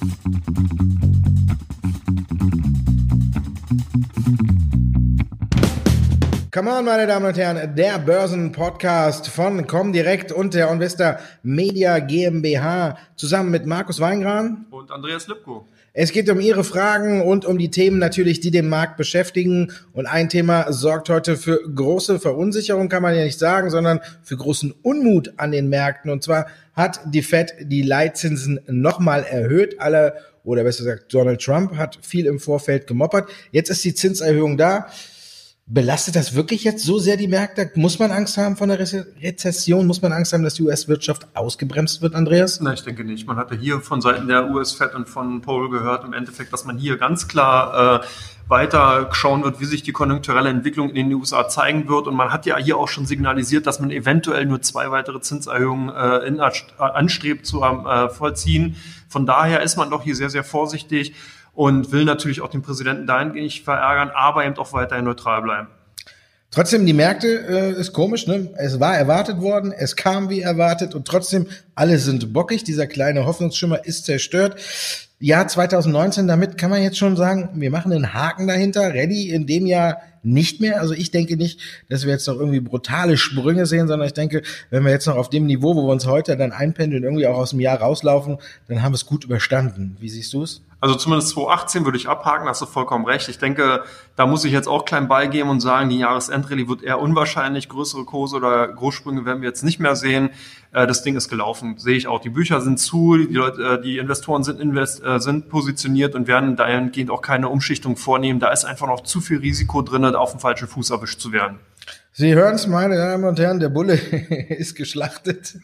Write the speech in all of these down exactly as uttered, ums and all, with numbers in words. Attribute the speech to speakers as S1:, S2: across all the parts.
S1: Come on, meine Damen und Herren, der Börsen-Podcast von Comdirect und der OnVista Media GmbH zusammen mit Markus Weingran
S2: und Andreas Lipko.
S1: Es geht um Ihre Fragen und um die Themen natürlich, die den Markt beschäftigen. Und ein Thema sorgt heute für große Verunsicherung, kann man ja nicht sagen, sondern für großen Unmut an den Märkten. Und zwar hat die Fed die Leitzinsen nochmal erhöht. Alle, oder besser gesagt, Donald Trump hat viel im Vorfeld gemoppert. Jetzt ist die Zinserhöhung da. Belastet das wirklich jetzt so sehr die Märkte? Muss man Angst haben vor einer Rezession? Muss man Angst haben, dass die U S-Wirtschaft ausgebremst wird, Andreas?
S2: Nein, ich denke nicht. Man hatte hier von Seiten der U S-Fed und von Powell gehört im Endeffekt, dass man hier ganz klar äh, weiter schauen wird, wie sich die konjunkturelle Entwicklung in den U S A zeigen wird. Und man hat ja hier auch schon signalisiert, dass man eventuell nur zwei weitere Zinserhöhungen äh, in, äh, anstrebt zu äh, vollziehen. Von daher ist man doch hier sehr, sehr vorsichtig und will natürlich auch den Präsidenten dahingehend nicht verärgern, aber eben auch weiterhin neutral bleiben.
S1: Trotzdem, die Märkte äh, ist komisch, ne? Es war erwartet worden, es kam wie erwartet und trotzdem alle sind bockig. Dieser kleine Hoffnungsschimmer ist zerstört. Jahr zwanzig neunzehn, damit kann man jetzt schon sagen, wir machen einen Haken dahinter. Rallye in dem Jahr nicht mehr. Also ich denke nicht, dass wir jetzt noch irgendwie brutale Sprünge sehen, sondern ich denke, wenn wir jetzt noch auf dem Niveau, wo wir uns heute dann einpendeln, irgendwie auch aus dem Jahr rauslaufen, dann haben wir es gut überstanden. Wie siehst du es?
S2: Also zumindest zwanzig achtzehn würde ich abhaken, hast du vollkommen recht. Ich denke, da muss ich jetzt auch klein beigeben und sagen, die Jahresendrallye wird eher unwahrscheinlich. Größere Kurse oder Großsprünge werden wir jetzt nicht mehr sehen. Das Ding ist gelaufen, sehe ich auch. Die Bücher sind zu, die Leute, die Investoren sind, invest, sind positioniert und werden dahingehend auch keine Umschichtung vornehmen. Da ist einfach noch zu viel Risiko drin, auf dem falschen Fuß erwischt zu werden.
S1: Sie hören es, meine Damen und Herren, der Bulle ist geschlachtet.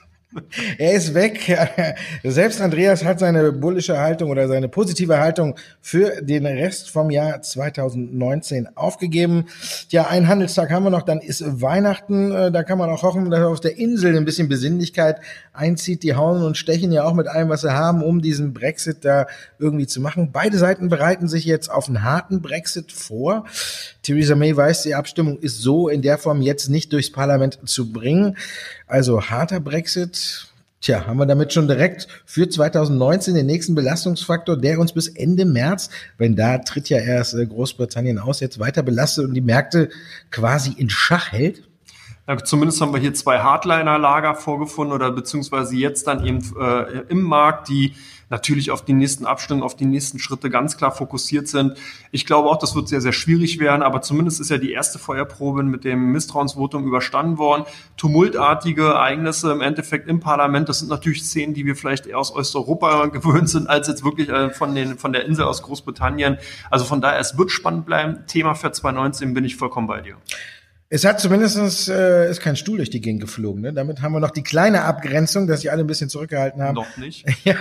S1: Er ist weg. Selbst Andreas hat seine bullische Haltung oder seine positive Haltung für den Rest vom Jahr zwanzig neunzehn aufgegeben. Ja, einen Handelstag haben wir noch, dann ist Weihnachten. Da kann man auch hoffen, dass auf der Insel ein bisschen Besinnlichkeit einzieht. Die hauen und stechen ja auch mit allem, was sie haben, um diesen Brexit da irgendwie zu machen. Beide Seiten bereiten sich jetzt auf einen harten Brexit vor. Theresa May weiß, die Abstimmung ist so in der Form jetzt nicht durchs Parlament zu bringen. Also harter Brexit. Tja, haben wir damit schon direkt für zwanzig neunzehn den nächsten Belastungsfaktor, der uns bis Ende März, wenn da tritt ja erst Großbritannien aus, jetzt weiter belastet und die Märkte quasi in Schach hält?
S2: Ja, zumindest haben wir hier zwei Hardliner-Lager vorgefunden oder beziehungsweise jetzt dann eben äh, im Markt, die natürlich auf die nächsten Abstimmungen, auf die nächsten Schritte ganz klar fokussiert sind. Ich glaube auch, das wird sehr, sehr schwierig werden, aber zumindest ist ja die erste Feuerprobe mit dem Misstrauensvotum überstanden worden. Tumultartige Ereignisse im Endeffekt im Parlament, das sind natürlich Szenen, die wir vielleicht eher aus Osteuropa gewöhnt sind, als jetzt wirklich äh, von den von der Insel aus Großbritannien. Also von daher, es wird spannend bleiben. Thema für zwanzig neunzehn bin ich vollkommen bei dir.
S1: Es hat zumindest äh, ist kein Stuhl durch die Gegend geflogen. Ne? Damit haben wir noch die kleine Abgrenzung, dass sich alle ein bisschen zurückgehalten haben.
S2: Noch nicht.
S1: Ja.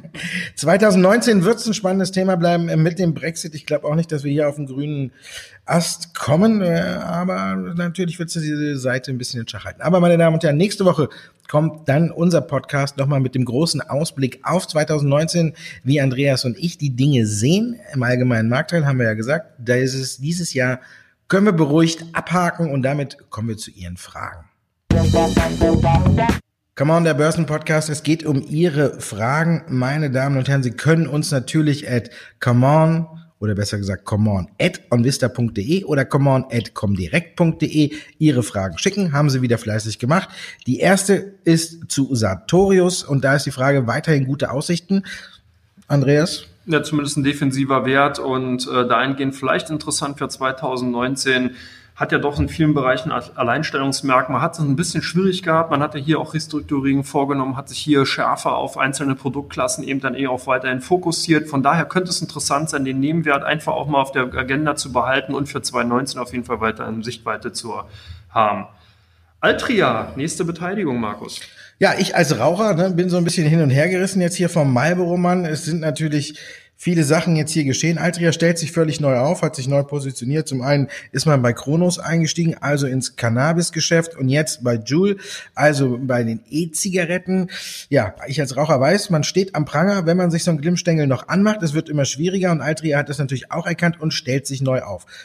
S1: zwanzig neunzehn wird es ein spannendes Thema bleiben mit dem Brexit. Ich glaube auch nicht, dass wir hier auf den grünen Ast kommen, äh, aber natürlich wird es diese Seite ein bisschen in Schach halten. Aber meine Damen und Herren, nächste Woche kommt dann unser Podcast nochmal mit dem großen Ausblick auf zwanzig neunzehn, wie Andreas und ich die Dinge sehen. Im allgemeinen Marktteil haben wir ja gesagt, da ist es dieses Jahr können wir beruhigt abhaken und damit kommen wir zu Ihren Fragen. Come on, der Börsenpodcast, es geht um Ihre Fragen, meine Damen und Herren. Sie können uns natürlich at come on oder besser gesagt come on at onvista punkt de oder come on at comdirect punkt de Ihre Fragen schicken. Haben Sie wieder fleißig gemacht. Die erste ist zu Sartorius und da ist die Frage, weiterhin gute Aussichten. Andreas?
S2: Ja, zumindest ein defensiver Wert und äh, dahingehend vielleicht interessant für zwanzig neunzehn. Hat ja doch in vielen Bereichen Alleinstellungsmerkmal, hat es ein bisschen schwierig gehabt. Man hatte hier auch Restrukturierungen vorgenommen, hat sich hier schärfer auf einzelne Produktklassen eben dann eher auch weiterhin fokussiert. Von daher könnte es interessant sein, den Nebenwert einfach auch mal auf der Agenda zu behalten und für zwanzig neunzehn auf jeden Fall weiter in Sichtweite zu haben. Altria, nächste Beteiligung, Markus.
S1: Ja, ich als Raucher ne, bin so ein bisschen hin und her gerissen jetzt hier vom Marlboro-Mann. Es sind natürlich viele Sachen jetzt hier geschehen. Altria stellt sich völlig neu auf, hat sich neu positioniert. Zum einen ist man bei Kronos eingestiegen, also ins Cannabis-Geschäft und jetzt bei Juul, also bei den E-Zigaretten. Ja, ich als Raucher weiß, man steht am Pranger, wenn man sich so einen Glimmstängel noch anmacht. Es wird immer schwieriger und Altria hat das natürlich auch erkannt und stellt sich neu auf.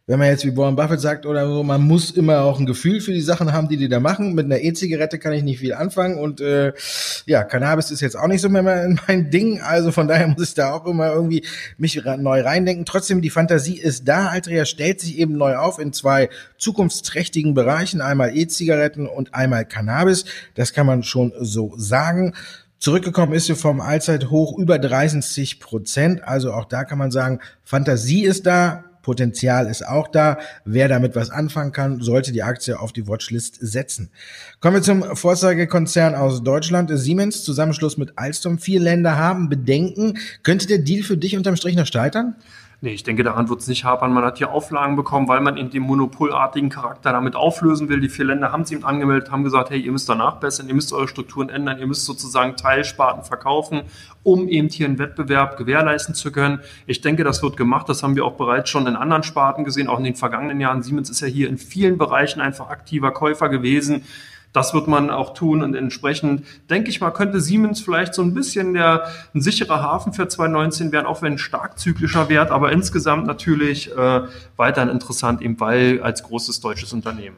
S1: wenn man jetzt wie Warren Buffett sagt oder so, man muss immer auch ein Gefühl für die Sachen haben, die die da machen. Mit einer E-Zigarette kann ich nicht viel anfangen und äh, ja, Cannabis ist jetzt auch nicht so mehr mein Ding, also von daher muss ich da auch immer irgendwie mich neu reindenken. Trotzdem, die Fantasie ist da. Altria stellt sich eben neu auf in zwei zukunftsträchtigen Bereichen, einmal E-Zigaretten und einmal Cannabis. Das kann man schon so sagen. Zurückgekommen ist sie vom Allzeithoch über dreißig Prozent, also auch da kann man sagen, Fantasie ist da, Potenzial ist auch da. Wer damit was anfangen kann, sollte die Aktie auf die Watchlist setzen. Kommen wir zum Vorzeigekonzern aus Deutschland, Siemens, Zusammenschluss mit Alstom. Vier Länder haben Bedenken. Könnte der Deal für dich unterm Strich noch scheitern?
S2: Nee, ich denke, daran wird es nicht hapern. Man hat hier Auflagen bekommen, weil man eben den monopolartigen Charakter damit auflösen will. Die vier Länder haben es ihm angemeldet, haben gesagt, hey, ihr müsst da nachbessern, ihr müsst eure Strukturen ändern, ihr müsst sozusagen Teilsparten verkaufen, um eben hier einen Wettbewerb gewährleisten zu können. Ich denke, das wird gemacht. Das haben wir auch bereits schon in anderen Sparten gesehen, auch in den vergangenen Jahren. Siemens ist ja hier in vielen Bereichen einfach aktiver Käufer gewesen. Das wird man auch tun und entsprechend, denke ich mal, könnte Siemens vielleicht so ein bisschen der, ein sicherer Hafen für zwanzig neunzehn werden, auch wenn ein stark zyklischer Wert, aber insgesamt natürlich äh, weiterhin interessant, eben weil als großes deutsches Unternehmen.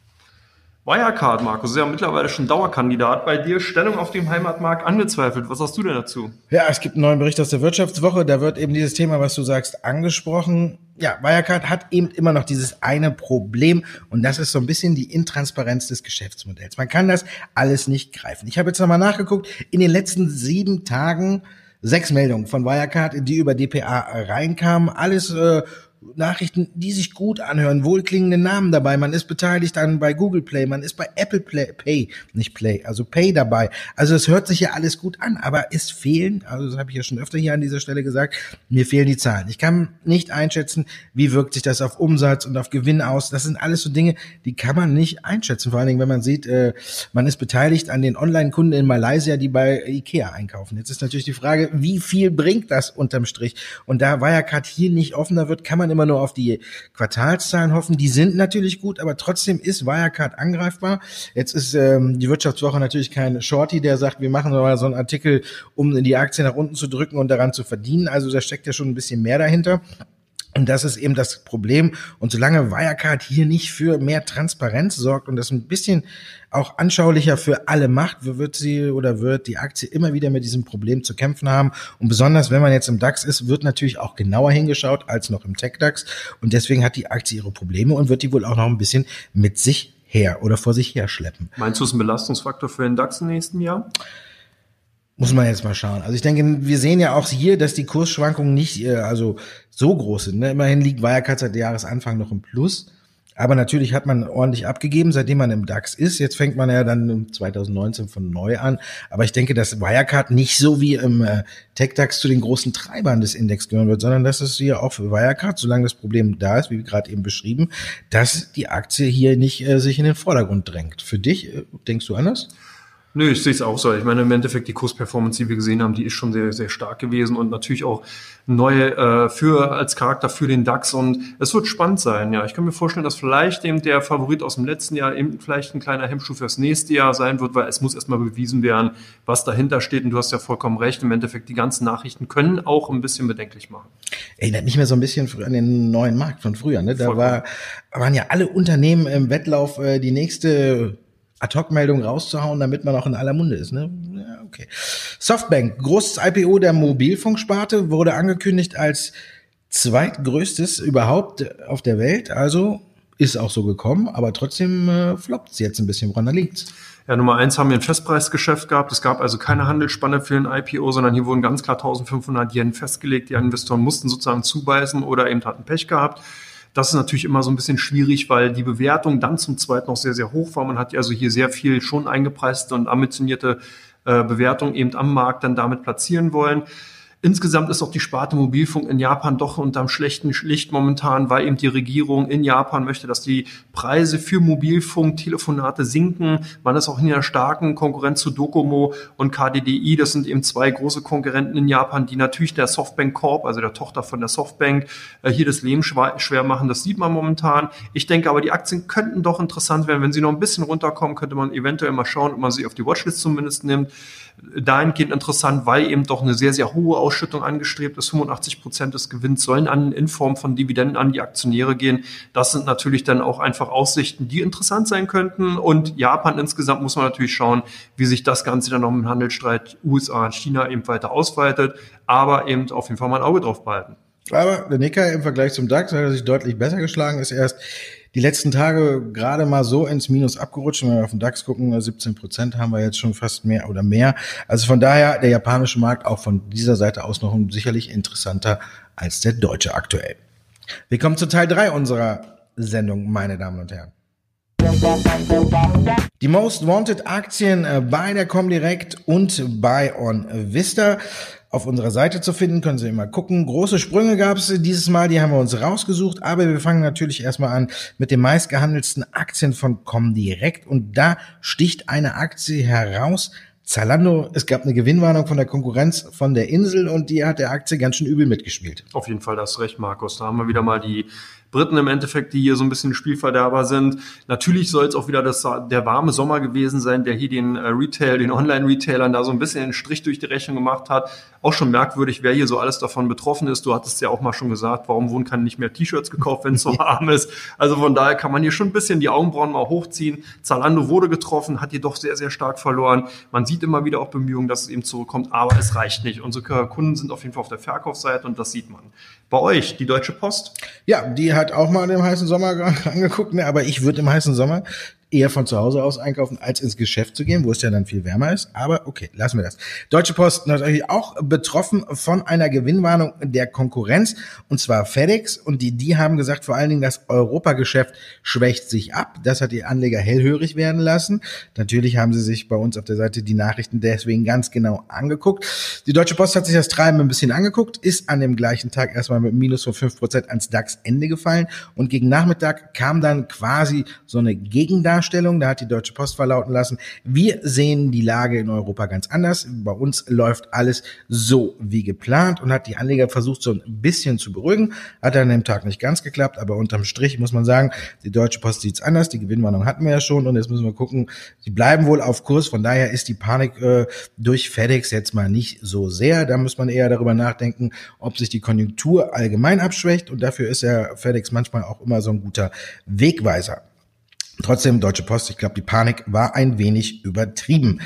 S2: Wirecard, Markus, ist ja mittlerweile schon Dauerkandidat bei dir. Stellung auf dem Heimatmarkt angezweifelt. Was sagst du denn dazu?
S1: Ja, es gibt einen neuen Bericht aus der Wirtschaftswoche. Da wird eben dieses Thema, was du sagst, angesprochen. Ja, Wirecard hat eben immer noch dieses eine Problem und das ist so ein bisschen die Intransparenz des Geschäftsmodells. Man kann das alles nicht greifen. Ich habe jetzt nochmal nachgeguckt. In den letzten sieben Tagen sechs Meldungen von Wirecard, die über D P A reinkamen. Alles äh, Nachrichten, die sich gut anhören, wohlklingende Namen dabei. Man ist beteiligt an bei Google Play, man ist bei Apple Play, Pay, nicht Play, also Pay dabei. Also es hört sich ja alles gut an, aber es fehlen, also das habe ich ja schon öfter hier an dieser Stelle gesagt, mir fehlen die Zahlen. Ich kann nicht einschätzen, wie wirkt sich das auf Umsatz und auf Gewinn aus. Das sind alles so Dinge, die kann man nicht einschätzen. Vor allen Dingen, wenn man sieht, äh, man ist beteiligt an den Online-Kunden in Malaysia, die bei Ikea einkaufen. Jetzt ist natürlich die Frage, wie viel bringt das unterm Strich? Und da Wirecard hier nicht offener wird, kann man immer nur auf die Quartalszahlen hoffen. Die sind natürlich gut, aber trotzdem ist Wirecard angreifbar. Jetzt ist ähm, die Wirtschaftswoche natürlich kein Shorty, der sagt, wir machen mal so einen Artikel, um die Aktie nach unten zu drücken und daran zu verdienen. Also da steckt ja schon ein bisschen mehr dahinter. Und das ist eben das Problem. Und solange Wirecard hier nicht für mehr Transparenz sorgt und das ein bisschen auch anschaulicher für alle macht, wird sie oder wird die Aktie immer wieder mit diesem Problem zu kämpfen haben. Und besonders, wenn man jetzt im DAX ist, wird natürlich auch genauer hingeschaut als noch im Tech-DAX. Und deswegen hat die Aktie ihre Probleme und wird die wohl auch noch ein bisschen mit sich her oder vor sich her schleppen.
S2: Meinst du, es ist ein Belastungsfaktor für den DAX im nächsten Jahr?
S1: Muss man jetzt mal schauen. Also ich denke, wir sehen ja auch hier, dass die Kursschwankungen nicht äh, also so groß sind. Ne? Immerhin liegt Wirecard seit Jahresanfang noch im Plus. Aber natürlich hat man ordentlich abgegeben, seitdem man im DAX ist. Jetzt fängt man ja dann zwanzig neunzehn von neu an. Aber ich denke, dass Wirecard nicht so wie im äh, Tech-DAX zu den großen Treibern des Index gehören wird, sondern dass es hier auch für Wirecard, solange das Problem da ist, wie gerade eben beschrieben, dass die Aktie hier nicht äh, sich in den Vordergrund drängt. Für dich, äh, denkst du anders?
S2: Nö, ich sehe es auch so. Ich meine, im Endeffekt die Kursperformance, die wir gesehen haben, die ist schon sehr, sehr stark gewesen und natürlich auch neue äh, für als Charakter für den DAX und es wird spannend sein. Ja, ich kann mir vorstellen, dass vielleicht eben der Favorit aus dem letzten Jahr eben vielleicht ein kleiner Hemmschuh fürs nächste Jahr sein wird, weil es muss erstmal bewiesen werden, was dahinter steht. Und du hast ja vollkommen recht. Im Endeffekt die ganzen Nachrichten können auch ein bisschen bedenklich machen.
S1: Erinnert mich mehr so ein bisschen an den neuen Markt von früher. Ne? Da war, waren ja alle Unternehmen im Wettlauf, äh, die nächste Ad-Hoc-Meldung rauszuhauen, damit man auch in aller Munde ist. Ne? Ja, okay. Softbank, großes I P O der Mobilfunksparte, wurde angekündigt als zweitgrößtes überhaupt auf der Welt. Also ist auch so gekommen, aber trotzdem äh, floppt es jetzt ein bisschen. Woran da liegt's?
S2: Ja, Nummer eins haben wir ein Festpreisgeschäft gehabt. Es gab also keine Handelsspanne für ein I P O, sondern hier wurden ganz klar eintausendfünfhundert Yen festgelegt. Die Investoren mussten sozusagen zubeißen oder eben hatten Pech gehabt. Das ist natürlich immer so ein bisschen schwierig, weil die Bewertung dann zum Zweiten noch sehr, sehr hoch war. Man hat ja also hier sehr viel schon eingepreiste und ambitionierte äh, Bewertung eben am Markt dann damit platzieren wollen. Insgesamt ist auch die Sparte Mobilfunk in Japan doch unterm schlechten Licht momentan, weil eben die Regierung in Japan möchte, dass die Preise für Mobilfunk-Telefonate sinken. Man ist auch in einer starken Konkurrenz zu Docomo und K D D I. Das sind eben zwei große Konkurrenten in Japan, die natürlich der Softbank Corp, also der Tochter von der Softbank, hier das Leben schwer machen. Das sieht man momentan. Ich denke aber, die Aktien könnten doch interessant werden. Wenn sie noch ein bisschen runterkommen, könnte man eventuell mal schauen, ob man sie auf die Watchlist zumindest nimmt. Dahingehend interessant, weil eben doch eine sehr, sehr hohe Ausstattung Ausschüttung angestrebt ist. fünfundachtzig Prozent des Gewinns sollen an, in Form von Dividenden an die Aktionäre gehen. Das sind natürlich dann auch einfach Aussichten, die interessant sein könnten. Und Japan insgesamt muss man natürlich schauen, wie sich das Ganze dann noch im Handelsstreit U S A und China eben weiter ausweitet. Aber eben auf jeden Fall mal ein Auge drauf behalten.
S1: Aber der Nikkei im Vergleich zum DAX hat er sich deutlich besser geschlagen, ist erst die letzten Tage gerade mal so ins Minus abgerutscht. Wenn wir auf den DAX gucken, siebzehn Prozent haben wir jetzt schon fast mehr oder mehr. Also von daher der japanische Markt auch von dieser Seite aus noch sicherlich interessanter als der deutsche aktuell. Wir kommen zu Teil drei unserer Sendung, meine Damen und Herren. Die Most Wanted Aktien bei der Comdirect und bei OnVista. Auf unserer Seite zu finden, können Sie immer gucken. Große Sprünge gab es dieses Mal, die haben wir uns rausgesucht, aber wir fangen natürlich erstmal an mit den meistgehandelten Aktien von Comdirect und da sticht eine Aktie heraus, Zalando. Es gab eine Gewinnwarnung von der Konkurrenz von der Insel und die hat der Aktie ganz schön übel mitgespielt.
S2: Auf jeden Fall, da hast du recht, Markus. Da haben wir wieder mal die Briten im Endeffekt, die hier so ein bisschen Spielverderber sind. Natürlich soll es auch wieder das, der warme Sommer gewesen sein, der hier den äh, Retail, den Online-Retailern da so ein bisschen einen Strich durch die Rechnung gemacht hat. Auch schon merkwürdig, wer hier so alles davon betroffen ist. Du hattest ja auch mal schon gesagt, warum wurden keine nicht mehr T-Shirts gekauft, wenn es so warm ist. Also von daher kann man hier schon ein bisschen die Augenbrauen mal hochziehen. Zalando wurde getroffen, hat jedoch sehr, sehr stark verloren. Man sieht immer wieder auch Bemühungen, dass es eben zurückkommt, aber es reicht nicht. Unsere Kunden sind auf jeden Fall auf der Verkaufsseite und das sieht man. Bei euch, die Deutsche Post?
S1: Ja, die hat auch mal im heißen Sommer angeguckt, ne? Aber ich würde im heißen Sommer eher von zu Hause aus einkaufen, als ins Geschäft zu gehen, wo es ja dann viel wärmer ist. Aber okay, lassen wir das. Deutsche Post natürlich auch betroffen von einer Gewinnwarnung der Konkurrenz, und zwar FedEx. Und die, die haben gesagt, vor allen Dingen das Europageschäft schwächt sich ab. Das hat die Anleger hellhörig werden lassen. Natürlich haben sie sich bei uns auf der Seite die Nachrichten deswegen ganz genau angeguckt. Die Deutsche Post hat sich das Treiben ein bisschen angeguckt, ist an dem gleichen Tag erstmal mit Minus von fünf Prozent ans DAX-Ende gefallen. Und gegen Nachmittag kam dann quasi so eine Gegendarstellung. Da hat die Deutsche Post verlauten lassen, wir sehen die Lage in Europa ganz anders. Bei uns läuft alles so wie geplant und hat die Anleger versucht, so ein bisschen zu beruhigen. Hat an dem Tag nicht ganz geklappt, aber unterm Strich muss man sagen, die Deutsche Post sieht es anders. Die Gewinnwarnung hatten wir ja schon und jetzt müssen wir gucken, sie bleiben wohl auf Kurs. Von daher ist die Panik äh, durch FedEx jetzt mal nicht so sehr. Da muss man eher darüber nachdenken, ob sich die Konjunktur allgemein abschwächt, und dafür ist ja FedEx manchmal auch immer so ein guter Wegweiser. Trotzdem, Deutsche Post, ich glaube, die Panik war ein wenig übertrieben.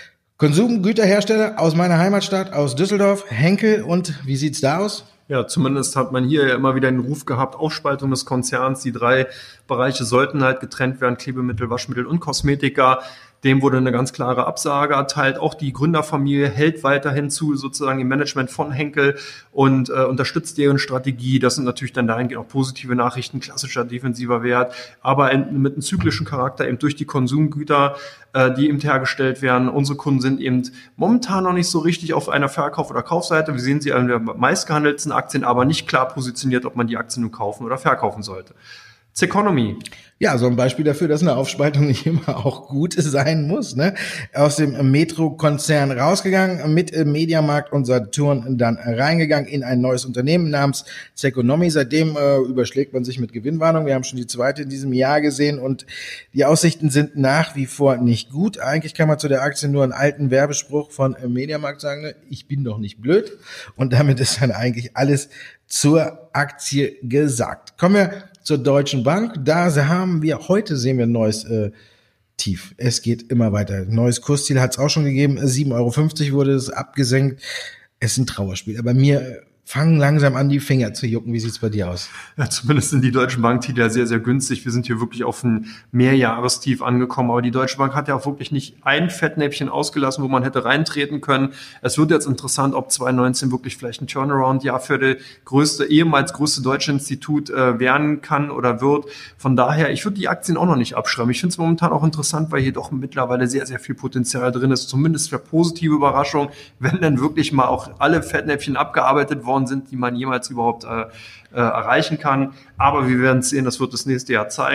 S1: Konsumgüterhersteller aus meiner Heimatstadt, aus Düsseldorf, Henkel, und wie sieht's da aus?
S2: Ja, zumindest hat man hier ja immer wieder den Ruf gehabt, Aufspaltung des Konzerns. Die drei Bereiche sollten halt getrennt werden, Klebemittel, Waschmittel und Kosmetika. Dem wurde eine ganz klare Absage erteilt. Auch die Gründerfamilie hält weiterhin zu, sozusagen im Management von Henkel, und äh, unterstützt deren Strategie. Das sind natürlich dann dahingehend auch positive Nachrichten, klassischer defensiver Wert, aber in, mit einem zyklischen Charakter eben durch die Konsumgüter, äh, die eben hergestellt werden. Unsere Kunden sind eben momentan noch nicht so richtig auf einer Verkauf- oder Kaufseite. Wir sehen sie an der meistgehandelten Aktien, aber nicht klar positioniert, ob man die Aktien nun kaufen oder verkaufen sollte. Zeconomy.
S1: Ja, so ein Beispiel dafür, dass eine Aufspaltung nicht immer auch gut sein muss, ne? Aus dem Metro-Konzern rausgegangen, mit Mediamarkt und Saturn dann reingegangen in ein neues Unternehmen namens Zeconomy. Seitdem äh, überschlägt man sich mit Gewinnwarnung. Wir haben schon die zweite in diesem Jahr gesehen und die Aussichten sind nach wie vor nicht gut. Eigentlich kann man zu der Aktie nur einen alten Werbespruch von Mediamarkt sagen, ne? Ich bin doch nicht blöd. Und damit ist dann eigentlich alles zur Aktie gesagt. Kommen wir zur Deutschen Bank. Da haben wir, heute sehen wir ein neues äh, Tief. Es geht immer weiter. Neues Kursziel hat es auch schon gegeben. sieben Euro fünfzig wurde es abgesenkt. Es ist ein Trauerspiel. Aber mir fangen langsam an, die Finger zu jucken. Wie sieht's bei dir aus?
S2: Ja, zumindest sind die Deutschen Banktitel ja sehr, sehr günstig. Wir sind hier wirklich auf ein Mehrjahrestief angekommen. Aber die Deutsche Bank hat ja auch wirklich nicht ein Fettnäpfchen ausgelassen, wo man hätte reintreten können. Es wird jetzt interessant, ob zwanzig neunzehn wirklich vielleicht ein Turnaround-Jahr für das größte, ehemals größte deutsche Institut äh, werden kann oder wird. Von daher, ich würde die Aktien auch noch nicht abschreiben. Ich finde es momentan auch interessant, weil hier doch mittlerweile sehr, sehr viel Potenzial drin ist. Zumindest für positive Überraschungen, wenn dann wirklich mal auch alle Fettnäpfchen abgearbeitet worden sind, die man jemals überhaupt äh, äh, erreichen kann. Aber wir werden sehen, das wird das nächste Jahr zeigen.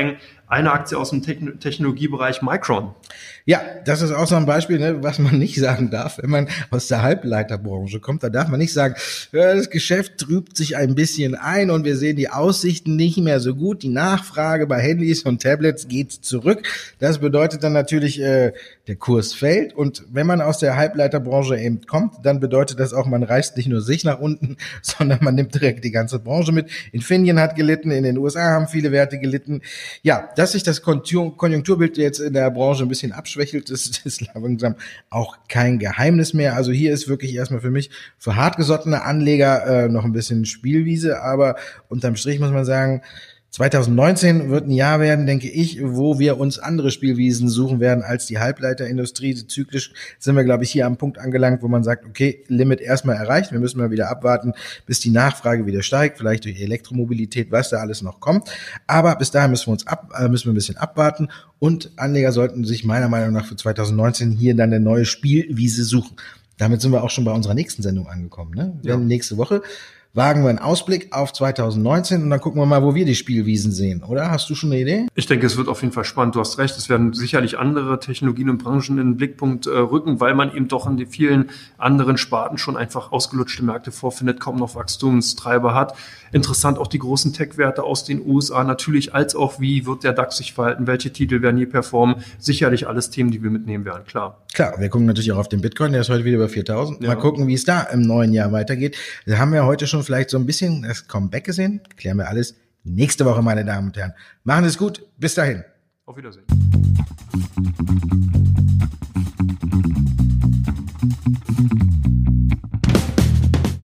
S2: eine Aktie aus dem Techn- Technologiebereich, Micron.
S1: Ja, das ist auch so ein Beispiel, ne, was man nicht sagen darf, wenn man aus der Halbleiterbranche kommt. Da darf man nicht sagen, ja, das Geschäft trübt sich ein bisschen ein und wir sehen die Aussichten nicht mehr so gut. Die Nachfrage bei Handys und Tablets geht zurück. Das bedeutet dann natürlich, äh, der Kurs fällt. Und wenn man aus der Halbleiterbranche eben kommt, dann bedeutet das auch, man reißt nicht nur sich nach unten, sondern man nimmt direkt die ganze Branche mit. Infineon hat gelitten, in den U S A haben viele Werte gelitten. Ja, dass sich das Konjunkturbild jetzt in der Branche ein bisschen abschwächelt, ist, ist langsam auch kein Geheimnis mehr. Also hier ist wirklich erstmal für mich für hartgesottene Anleger äh, noch ein bisschen Spielwiese, aber unterm Strich muss man sagen, zwanzig neunzehn wird ein Jahr werden, denke ich, wo wir uns andere Spielwiesen suchen werden als die Halbleiterindustrie. Zyklisch sind wir, glaube ich, hier am Punkt angelangt, wo man sagt, okay, Limit erstmal erreicht. Wir müssen mal wieder abwarten, bis die Nachfrage wieder steigt, vielleicht durch Elektromobilität, was da alles noch kommt. Aber bis dahin müssen wir uns ab, äh, müssen wir ein bisschen abwarten und Anleger sollten sich meiner Meinung nach für zwanzig neunzehn hier dann eine neue Spielwiese suchen. Damit sind wir auch schon bei unserer nächsten Sendung angekommen, ne? Ja. Denn nächste Woche wagen wir einen Ausblick auf zwanzig neunzehn und dann gucken wir mal, wo wir die Spielwiesen sehen, oder? Hast du schon eine Idee?
S2: Ich denke, es wird auf jeden Fall spannend. Du hast recht, es werden sicherlich andere Technologien und Branchen in den Blickpunkt äh, rücken, weil man eben doch in den vielen anderen Sparten schon einfach ausgelutschte Märkte vorfindet, kaum noch Wachstumstreiber hat. Interessant auch die großen Tech-Werte aus den U S A natürlich, als auch wie wird der DAX sich verhalten, welche Titel werden hier performen. Sicherlich alles Themen, die wir mitnehmen werden, klar.
S1: Klar, wir gucken natürlich auch auf den Bitcoin, der ist heute wieder über viertausend. Mal ja. gucken, wie es da im neuen Jahr weitergeht. Da haben wir heute schon vielleicht so ein bisschen das Comeback gesehen. Klären wir alles nächste Woche, meine Damen und Herren. Machen Sie es gut. Bis dahin.
S2: Auf Wiedersehen.